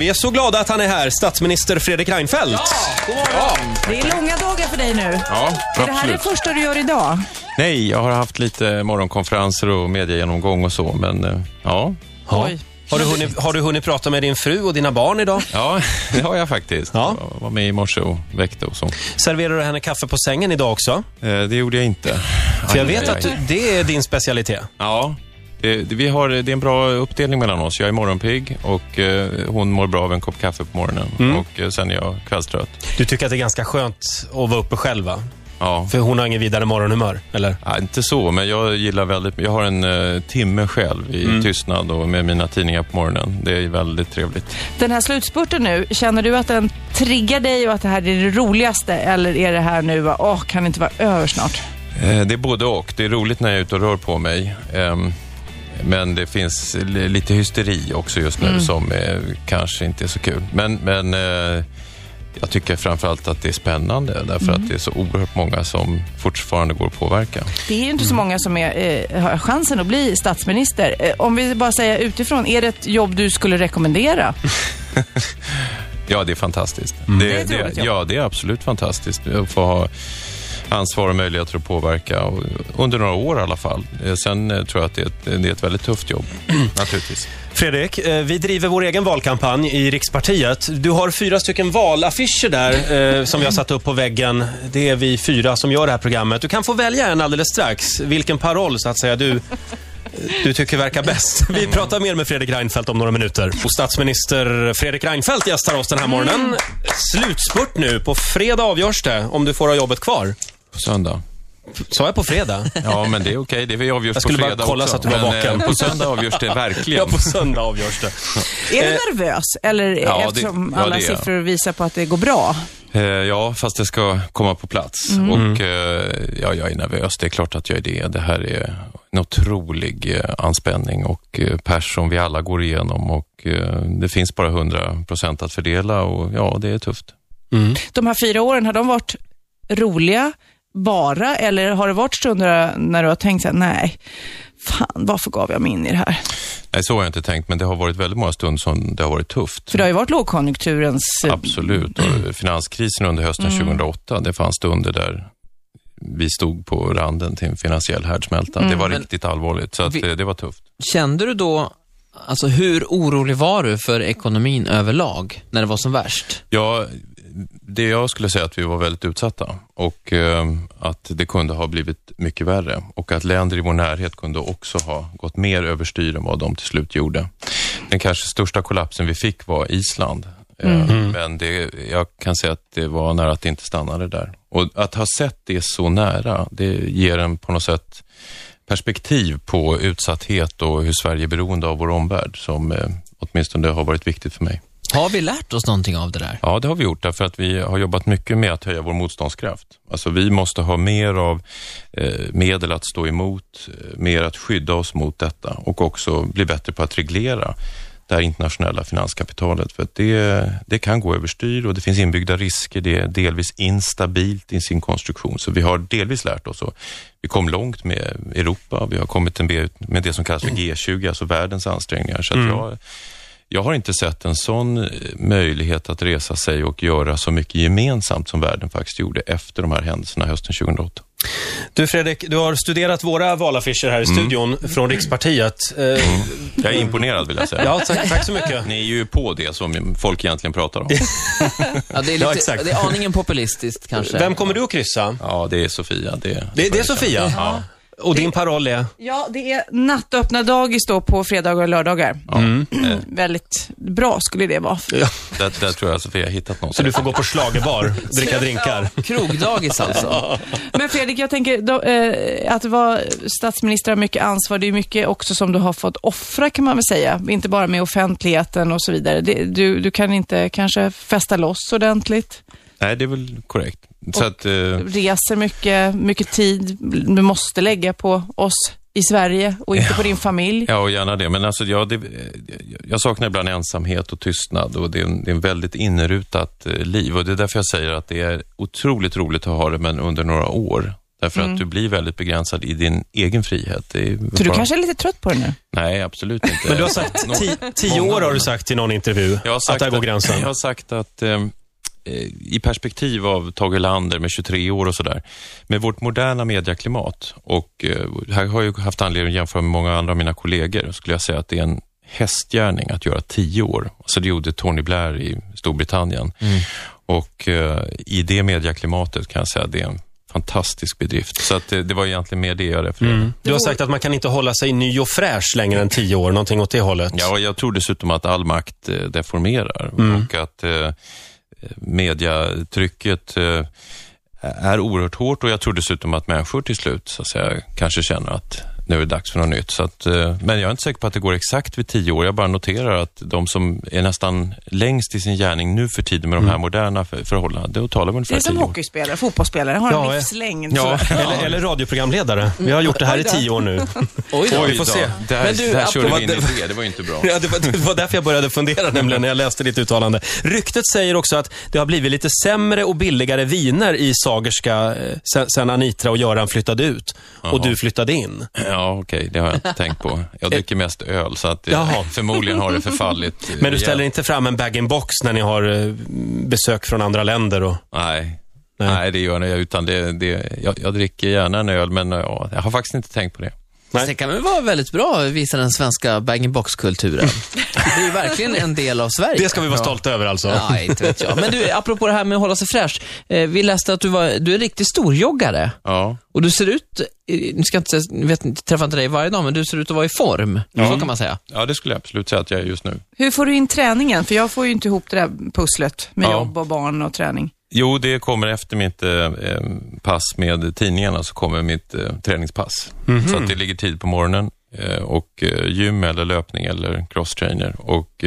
Vi är så glada att han är här, statsminister Fredrik Reinfeldt. Ja, god morgon. Det är långa dagar för dig nu. Ja, är det här det första du gör idag? Nej, jag har haft lite morgonkonferenser och mediegenomgång och så, men ja. Oj. Har du hunnit prata med din fru och dina barn idag? Ja, det har jag faktiskt. Ja. Jag var med i morse och väckte och så. Serverar du henne kaffe på sängen idag också? Det gjorde jag inte. För jag vet att det är din specialitet. Ja, det är en bra uppdelning mellan oss. Jag är morgonpigg och hon mår bra av en kopp kaffe på morgonen. Och sen är jag kvällstrött. Du tycker att det är ganska skönt att vara uppe själv, va? Ja. För hon har ingen vidare morgonhumör, eller? Ja, inte så, men jag gillar jag har en timme själv i tystnad och med mina tidningar på morgonen. Det är väldigt trevligt. Den här slutspurten nu, känner du att den triggar dig och att det här är det roligaste? Eller är det här nu, kan det inte vara över snart? Det är både och. Det är roligt när jag är ute och rör på mig. Men det finns lite hysteri också just nu som kanske inte är så kul. Men jag tycker framförallt att det är spännande därför att det är så oerhört många som fortfarande går att påverka. Det är ju inte så många som har chansen att bli statsminister. Om vi bara säger utifrån, är det ett jobb du skulle rekommendera? Ja, det är fantastiskt. Det är absolut fantastiskt att få ha ansvar och möjligheter att påverka och under några år i alla fall. Sen tror jag att det är ett väldigt tufft jobb, naturligtvis. Fredrik, vi driver vår egen valkampanj i Rikspartiet. Du har 4 stycken valaffischer där som vi har satt upp på väggen. Det är vi 4 som gör det här programmet. Du kan få välja en alldeles strax. Vilken paroll så att säga du tycker verkar bäst. Vi pratar mer med Fredrik Reinfeldt om några minuter. Och statsminister Fredrik Reinfeldt gästar oss den här morgonen. Slutspurt nu. På fredag avgörs det om du får ha jobbet kvar. På söndag. Sa jag på fredag? Ja, men det är okej. Det avgörs på fredag. Jag skulle bara kolla också. Så att du var vaken. På söndag avgörs det verkligen. Ja, på söndag avgörs det. Är du nervös? Eller eftersom alla siffror visar på att det går bra? Ja, fast det ska komma på plats. Och jag är nervös. Det är klart att jag är det. Det här är en otrolig anspänning och pers som vi alla går igenom. Och det finns bara 100% att fördela och ja, det är tufft. De här 4 åren, har de varit roliga bara, eller har det varit stunder när du har tänkt så här, nej, fan, varför gav jag mig in i det här? Nej, så har jag inte tänkt, men det har varit väldigt många stunder som det har varit tufft. För det har ju varit lågkonjunkturens... Absolut, och finanskrisen under hösten 2008, det fanns stunder där vi stod på randen till en finansiell härdsmälta. Det var riktigt allvarligt, så att det var tufft. Kände du då, alltså hur orolig var du för ekonomin överlag när det var som värst? Ja, det jag skulle säga att vi var väldigt utsatta och att det kunde ha blivit mycket värre och att länder i vår närhet kunde också ha gått mer överstyr än vad de till slut gjorde. Den kanske största kollapsen vi fick var Island, men jag kan säga att det var nära att det inte stannade där. Och att ha sett det så nära, det ger en på något sätt perspektiv på utsatthet och hur Sverige är beroende av vår omvärld som åtminstone har varit viktigt för mig. Har vi lärt oss någonting av det där? Ja, det har vi gjort därför att vi har jobbat mycket med att höja vår motståndskraft. Alltså vi måste ha mer av medel att stå emot, mer att skydda oss mot detta och också bli bättre på att reglera det här internationella finanskapitalet. För att det kan gå överstyr och det finns inbyggda risker, det är delvis instabilt i sin konstruktion. Så vi har delvis lärt oss och vi kom långt med Europa, vi har kommit med det som kallas för G20, alltså världens ansträngningar. Så att jag har inte sett en sån möjlighet att resa sig och göra så mycket gemensamt som världen faktiskt gjorde efter de här händelserna hösten 2008. Du Fredrik, du har studerat våra valaffischer här i studion från Rikspartiet. Jag är imponerad vill jag säga. Ja, tack så mycket. Ni är ju på det som folk egentligen pratar om. Ja, det är aningen populistiskt kanske. Vem kommer du att kryssa? Ja, det är Sofia. Det är Sofia? Ja. Och din paroll är? Ja, det är nattöppna dagis då på fredagar och lördagar. Väldigt bra skulle det vara. Ja. Där tror jag Sofia har hittat något. Så du får gå på schlagerbar, dricka drinkar. Krogdagis alltså. Men Fredrik, jag tänker att vara statsminister har mycket ansvar. Det är mycket också som du har fått offra kan man väl säga. Inte bara med offentligheten och så vidare. Du kan inte kanske fästa loss ordentligt. Nej, det är väl korrekt. Så att, reser mycket tid du måste lägga på oss i Sverige och inte på din familj. Ja, och gärna det. Men alltså, jag saknar ibland ensamhet och tystnad och det är en väldigt inrutat liv. Och det är därför jag säger att det är otroligt roligt att ha det, men under några år Därför att du blir väldigt begränsad i din egen frihet. Så du kanske är lite trött på det nu? Nej, absolut inte. Men du har sagt 10 år har du sagt i någon intervju att där går gränsen. Jag har sagt att i perspektiv av Tage Erlander med 23 år och sådär, med vårt moderna medieklimat, och här har jag haft anledning att jämföra med många andra av mina kollegor, skulle jag säga att det är en hästgärning att göra 10 år. Så det gjorde Tony Blair i Storbritannien. Och i det medieklimatet kan jag säga att det är en fantastisk bedrift. Så att det var egentligen mer det jag refererade. Du har sagt att man kan inte hålla sig ny och fräsch längre än 10 år, någonting åt det hållet. Ja, jag tror dessutom att all makt deformerar och att mediatrycket är oerhört hårt, och jag tror dessutom att människor till slut så att säga kanske känner att nu är det dags för något nytt. Så att, men jag är inte säker på att det går exakt vid 10 år. Jag bara noterar att de som är nästan längst i sin gärning nu för tiden med de här moderna förhållandena, då talar vi ungefär 10 år. Det är som hockeyspelare, fotbollsspelare, har en livslängd. Ja, eller radioprogramledare. Vi har gjort det här i 10 år nu. Oj, vi får se. Där körde vi in i det var ju inte bra. Ja, det var därför jag började fundera nämligen när jag läste ditt uttalande. Ryktet säger också att det har blivit lite sämre och billigare viner i Sagerska sen Anitra och Göran flyttade ut. Och du flyttade in. Ja, okej, det har jag inte tänkt på. Jag dricker mest öl, så att förmodligen har det förfallit. Men du ställer inte fram en bag-in-box när ni har besök från andra länder? Och... Nej, det gör jag, utan jag dricker gärna en öl, men jag har faktiskt inte tänkt på det. Nej. Det kan väl vara väldigt bra att visa den svenska bag-in-box-kulturen. Det är ju verkligen en del av Sverige. Det ska vi vara stolta över alltså. Nej, inte vet jag. Men du, apropå det här med att hålla sig fräsch. Vi läste att du är en riktig storjoggare. Ja. Och du ser ut, nu ska jag inte träffa inte dig varje dag, men du ser ut att vara i form. Så kan man säga. Ja, det skulle jag absolut säga att jag är just nu. Hur får du in träningen? För jag får ju inte ihop det där pusslet med jobb och barn och träning. Jo, det kommer efter mitt pass med tidningarna, så kommer mitt träningspass. Så att det ligger tid på morgonen och gym eller löpning eller crosstrainer. Och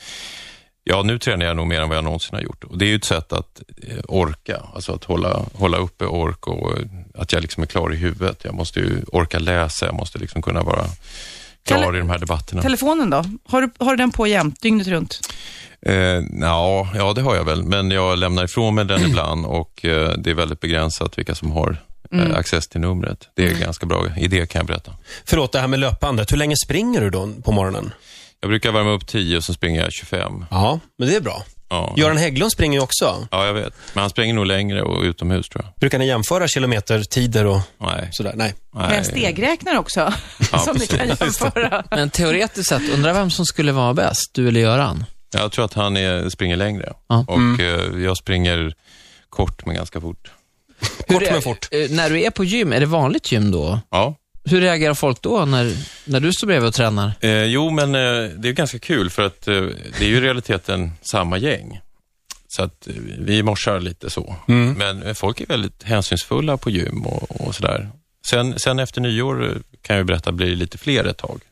nu tränar jag nog mer än vad jag någonsin har gjort. Och det är ju ett sätt att orka, alltså att hålla uppe ork, och att jag liksom är klar i huvudet. Jag måste ju orka läsa, jag måste liksom kunna vara klar i de här debatterna. Telefonen då? Har du den på jämt, dygnet runt? Ja, det har jag väl. Men jag lämnar ifrån mig den ibland, och det är väldigt begränsat vilka som har access till numret. Det är ganska bra idé, kan jag berätta. Förlåt, det här med löpandet. Hur länge springer du då på morgonen? Jag brukar värma upp 10 och så springer jag 25. Ja, men det är bra. Ja. Göran Hägglund springer ju också. Ja, jag vet. Men han springer nog längre och utomhus, tror jag. Brukar ni jämföra kilometertider och sådär? Nej. Men stegräknar också, som ni kan jämföra. Men teoretiskt sett, undrar vem som skulle vara bäst, du eller Göran? Jag tror att han springer längre. Och jag springer kort men ganska fort. Kort men fort. När du är på gym, är det vanligt gym då? Ja. Hur reagerar folk då när du står bredvid och tränar? Jo, men det är ganska kul, för att det är ju i realiteten samma gäng. Så att vi morsar lite så. Men folk är väldigt hänsynsfulla på gym och sådär. Sen efter nyår kan jag berätta, blir det lite fler ett tag.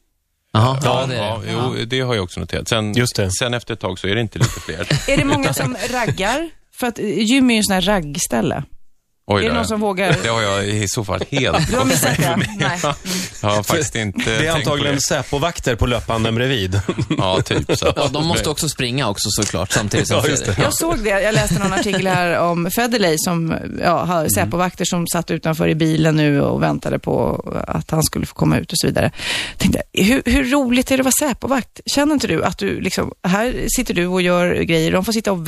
Det har jag också noterat. Sen efter ett tag så är det inte lite fler. Är det många som raggar? För att gym är ju en sån här raggställe. Oj, är det någon som vågar? Det har jag i så fall helt. Du har missat det? Nej. Jag har faktiskt inte. Det är antagligen Säpo-vakter på löpanden bredvid. Ja, typ så. Ja, de måste också springa också såklart, samtidigt som Fredrik. Jag såg det. Jag läste någon artikel här om Federley som har Säpo-vakter som satt utanför i bilen nu och väntade på att han skulle få komma ut och så vidare. Jag tänkte, hur roligt är det att vara Säpo-vakt? Känner inte du att du liksom, här sitter du och gör grejer, de får sitta och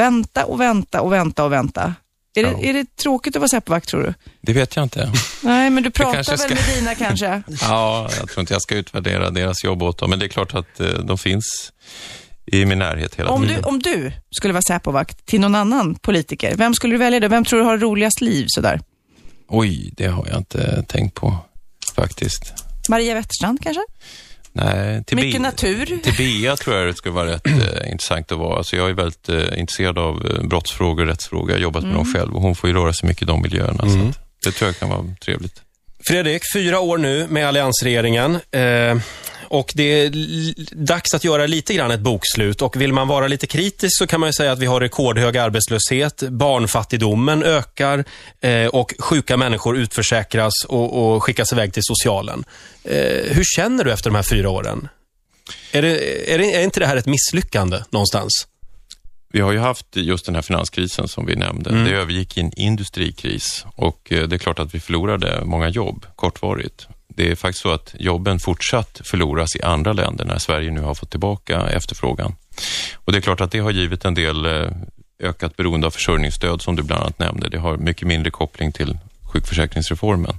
vänta. Är det tråkigt att vara Säpo-vakt, tror du? Det vet jag inte. Nej, men du pratar väl med dina kanske? Ja, jag tror inte jag ska utvärdera deras jobb åt dem. Men det är klart att de finns i min närhet hela tiden. Om du skulle vara Säpo-vakt till någon annan politiker, vem skulle du välja då? Vem tror du har roligast liv sådär? Oj, det har jag inte tänkt på faktiskt. Maria Wetterstrand kanske? Nej, mycket natur. Till Bea tror jag det skulle vara rätt intressant att vara. Alltså jag är väldigt intresserad av brottsfrågor och rättsfrågor. Jag har jobbat med dem själv och hon får ju röra sig mycket i de miljöerna. Så att det tror jag kan vara trevligt. Fredrik, 4 år nu med alliansregeringen. Och det är dags att göra lite grann ett bokslut. Och vill man vara lite kritisk så kan man ju säga att vi har rekordhög arbetslöshet. Barnfattigdomen ökar och sjuka människor utförsäkras och skickas iväg till socialen. Hur känner du efter de här 4 åren? Är inte det här ett misslyckande någonstans? Vi har ju haft just den här finanskrisen som vi nämnde. Det övergick i en industrikris och det är klart att vi förlorade många jobb kortvarigt. Det är faktiskt så att jobben fortsatt förloras i andra länder när Sverige nu har fått tillbaka efterfrågan. Och det är klart att det har givit en del ökat beroende av försörjningsstöd som du bland annat nämnde. Det har mycket mindre koppling till sjukförsäkringsreformen.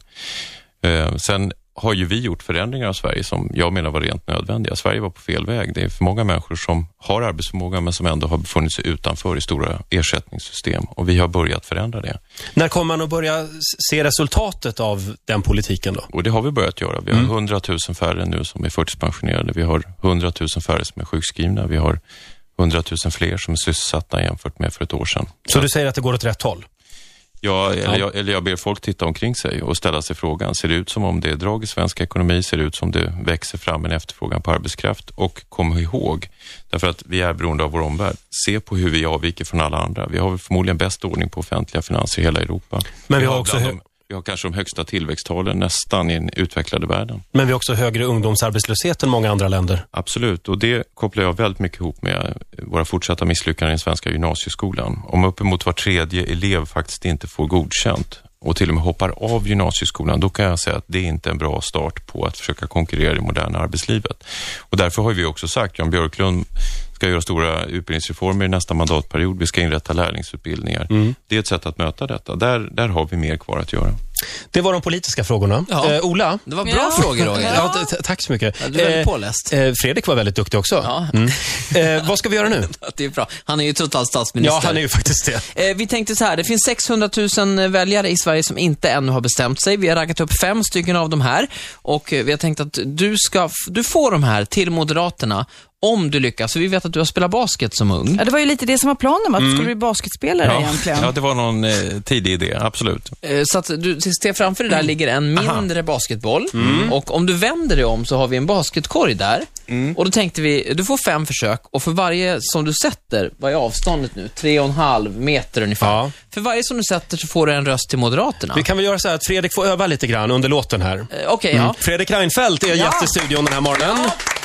Sen har ju vi gjort förändringar av Sverige som jag menar var rent nödvändiga. Sverige var på fel väg. Det är för många människor som har arbetsförmåga men som ändå har befunnit sig utanför i stora ersättningssystem. Och vi har börjat förändra det. När kommer man att börja se resultatet av den politiken då? Och det har vi börjat göra. Vi har 100 000 färre nu som är förtidspensionerade. Vi har 100 000 färre som är sjukskrivna. Vi har 100 000 fler som är sysselsatta jämfört med för ett år sedan. Så du säger att det går åt rätt håll? Ja, eller jag ber folk titta omkring sig och ställa sig frågan. Ser det ut som om det är drag i svensk ekonomi? Ser det ut som det växer fram en efterfrågan på arbetskraft? Och kom ihåg, därför att vi är beroende av vår omvärld. Se på hur vi avviker från alla andra. Vi har förmodligen bäst ordning på offentliga finanser i hela Europa. Men vi har också vi har kanske de högsta tillväxttalen nästan i den utvecklade världen. Men vi har också högre ungdomsarbetslöshet än många andra länder. Absolut, och det kopplar jag väldigt mycket ihop med våra fortsatta misslyckanden i den svenska gymnasieskolan. Om uppemot var tredje elev faktiskt inte får godkänt och till och med hoppar av gymnasieskolan, då kan jag säga att det är inte en bra start på att försöka konkurrera i det moderna arbetslivet. Och därför har vi också sagt, Jan Björklund ska göra stora utbildningsreformer i nästa mandatperiod. Vi ska inrätta lärlingsutbildningar. Det är ett sätt att möta detta. Där har vi mer kvar att göra. Det var de politiska frågorna. Ja. Ola? Det var bra frågor, Roger. Ja, tack så mycket. Ja, du är väldigt påläst. Fredrik var väldigt duktig också. Ja. Vad ska vi göra nu? Det är bra. Han är ju totalt statsminister. Ja, han är ju faktiskt det. Vi tänkte så här, det finns 600 000 väljare i Sverige som inte ännu har bestämt sig. Vi har raggat upp 5 stycken av de här och vi har tänkt att du får de här till Moderaterna om du lyckas. Så vi vet att du har spelat basket som ung. Ja, det var ju lite det som var planen, att du skulle bli basketspelare egentligen. Ja, det var någon tidig idé, absolut. Så att du ser framför dig där ligger en mindre basketboll. Och om du vänder dig om så har vi en basketkorg där. Och då tänkte vi, du får 5 försök och för varje som du sätter, vad är avståndet nu? 3,5 meter ungefär. Ja. För varje som du sätter så får du en röst till Moderaterna. Vi kan väl göra så här att Fredrik får öva lite grann under låten här. Okej, ja. Fredrik Reinfeldt är gäst i studion den här morgonen.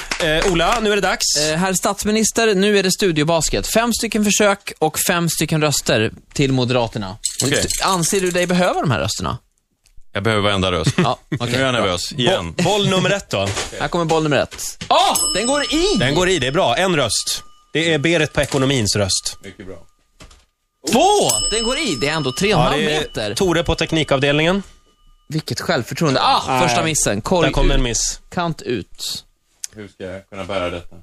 Ola, nu är det dags. Herr statsminister, nu är det studiobasket. 5 stycken försök och 5 stycken röster till Moderaterna. Okay. Anser du dig behöva de här rösterna? Jag behöver varenda röst. Ja, okay. Nu är jag nervös, igen. Boll nummer 1 då. Här kommer boll nummer 1. Den går i! Den går i, det är bra. En röst. Det är Berit på ekonomins röst. Mycket bra. 2! Den går i, det är ändå 3,5 meter. Tore på teknikavdelningen. Vilket självförtroende. Första missen. Korg där kommer en miss. Kant ut. Hur ska jag kunna bära detta?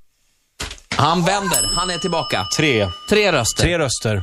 Han vänder, han är tillbaka. 3 röster. 3 röster.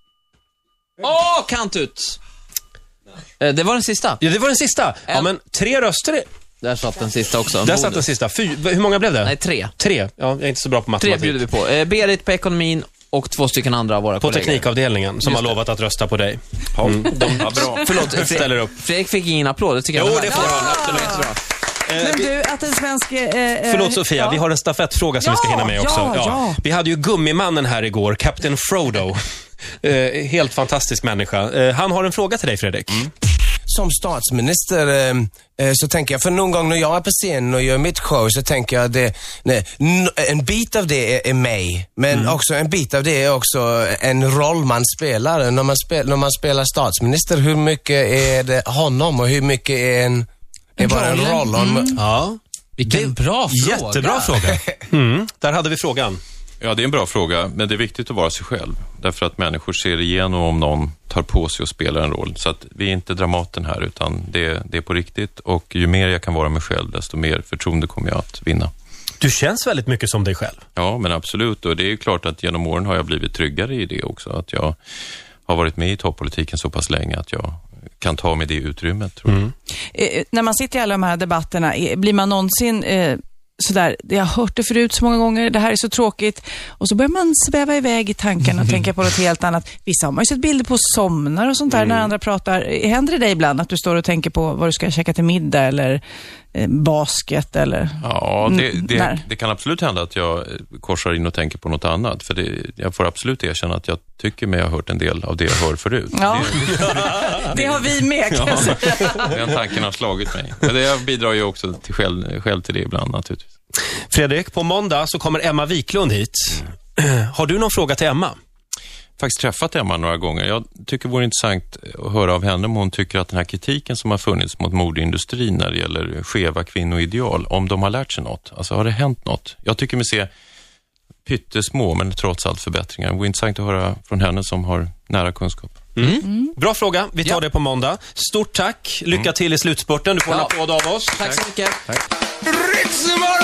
Kant ut. Det var den sista. Ja, det var den sista. Ja, men 3 röster. Där satt den sista också. Där satt den sista. Hur många blev det? Nej, 3. 3. Ja, jag är inte så bra på matematik. 3 bjuder vi på. Berit på ekonomin och 2 stycken andra av våra kollegor. På teknikavdelningen som har lovat att rösta på dig. Ja, bra. Förlåt, ställer upp. Fredrik fick ingen applåd, det tycker jag. Jo, det får han. Absolut. Jättebra. Men du, att en svensk... Förlåt Sofia, vi har en stafettfråga som vi ska hinna med också. Ja. Vi hade ju Gummimannen här igår, Captain Frodo. Helt fantastisk människa. Han har en fråga till dig, Fredrik. Som statsminister så tänker jag, för någon gång när jag är på scen och gör mitt show så tänker jag att en bit av det är mig, men också en bit av det är också en roll man spelar. När man spelar statsminister, hur mycket är det honom och hur mycket är bara en roll? Ja. Vilken bra fråga. Jättebra fråga. Där hade vi frågan. Ja, det är en bra fråga, men det är viktigt att vara sig själv. Därför att människor ser igenom om någon tar på sig och spelar en roll. Så att vi är inte Dramaten här, utan det är på riktigt. Och ju mer jag kan vara mig själv, desto mer förtroende kommer jag att vinna. Du känns väldigt mycket som dig själv. Ja, men absolut. Och det är ju klart att genom åren har jag blivit tryggare i det också. Att jag har varit med i toppolitiken så pass länge att jag kan ta med det utrymmet, tror jag. När man sitter i alla de här debatterna, blir man någonsin... sådär, jag har hört det förut så många gånger, det här är så tråkigt, och så börjar man sväva iväg i tankarna och tänka på något helt annat. Vissa har man ju sett bilder på somnar och sånt där när andra pratar. Händer det dig ibland att du står och tänker på vad du ska käka till middag eller basket eller... Ja, det kan absolut hända att jag korsar in och tänker på något annat, för jag får absolut erkänna att jag tycker mig ha hört en del av det jag hör förut. Ja. Det har vi med, kan jag säga. Den tanken har slagit mig. Men det bidrar ju också till själv till det ibland, naturligtvis. Fredrik, på måndag så kommer Emma Wiklund hit. Har du någon fråga till Emma? Faktiskt träffat Emma några gånger. Jag tycker det vore intressant att höra av henne om hon tycker att den här kritiken som har funnits mot modeindustrin när det gäller skeva kvinnoideal, om de har lärt sig något. Alltså har det hänt något? Jag tycker mig se pyttesmå men trots allt förbättringar. Det vore intressant att höra från henne som har nära kunskap. Bra fråga, vi tar det på måndag. Stort tack, lycka till i slutspurten. Du får en applåd av oss. Tack så mycket. Ritzemorgon!